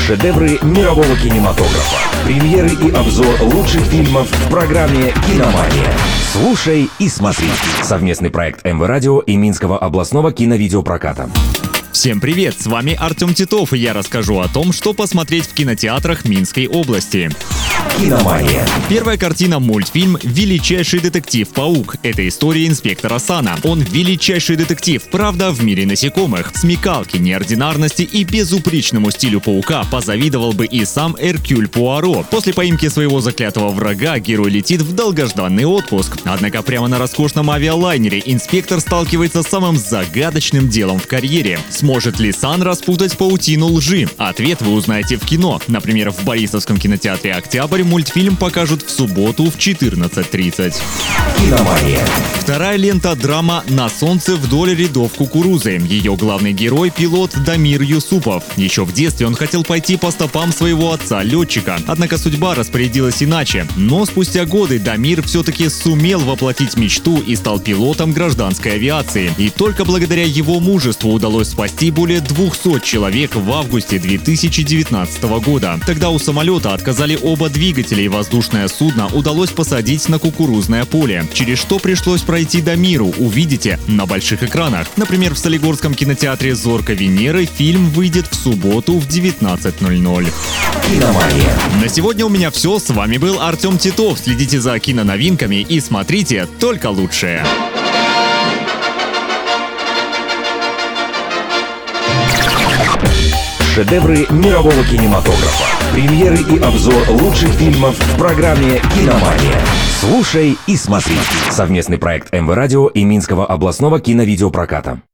Шедевры мирового кинематографа. Премьеры и обзор лучших фильмов в программе «Киномания». Слушай и смотри. Совместный проект МВ Радио и Минского областного киновидеопроката. Всем привет, с вами Артем Титов, и я расскажу о том, что посмотреть в кинотеатрах Минской области. «Киномания». Первая картина — мультфильм «Величайший детектив Паук». Это история инспектора Сана. Он величайший детектив, правда, в мире насекомых. Смекалке, неординарности и безупречному стилю Паука позавидовал бы и сам Эркюль Пуаро. После поимки своего заклятого врага герой летит в долгожданный отпуск. Однако прямо на роскошном авиалайнере инспектор сталкивается с самым загадочным делом в карьере. Сможет ли Сан распутать паутину лжи? Ответ вы узнаете в кино. Например, в Борисовском кинотеатре «Октябрь» мультфильм покажут в субботу в 14:30. «Киномания». Вторая лента — драма «На солнце вдоль рядов кукурузы». Ее главный герой — пилот Дамир Юсупов. Еще в детстве он хотел пойти по стопам своего отца-летчика. Однако судьба распорядилась иначе. Но спустя годы Дамир все-таки сумел воплотить мечту и стал пилотом гражданской авиации. И только благодаря его мужеству удалось спасти более 200 человек в августе 2019 года. Тогда у самолета отказали оба двигателя, и воздушное судно удалось посадить на кукурузное поле, через что пришлось пройти Дамиру, увидите на больших экранах. Например, в Солигорском кинотеатре «Зорко Венеры» фильм выйдет в субботу в 19:00. «Киномания». На сегодня у меня все. С вами был Артем Титов. Следите за киноновинками и смотрите только лучшее. Шедевры мирового кинематографа. Премьеры и обзор лучших фильмов в программе «Киномания». Слушай и смотри. Совместный проект МВ Радио и Минского областного киновидеопроката.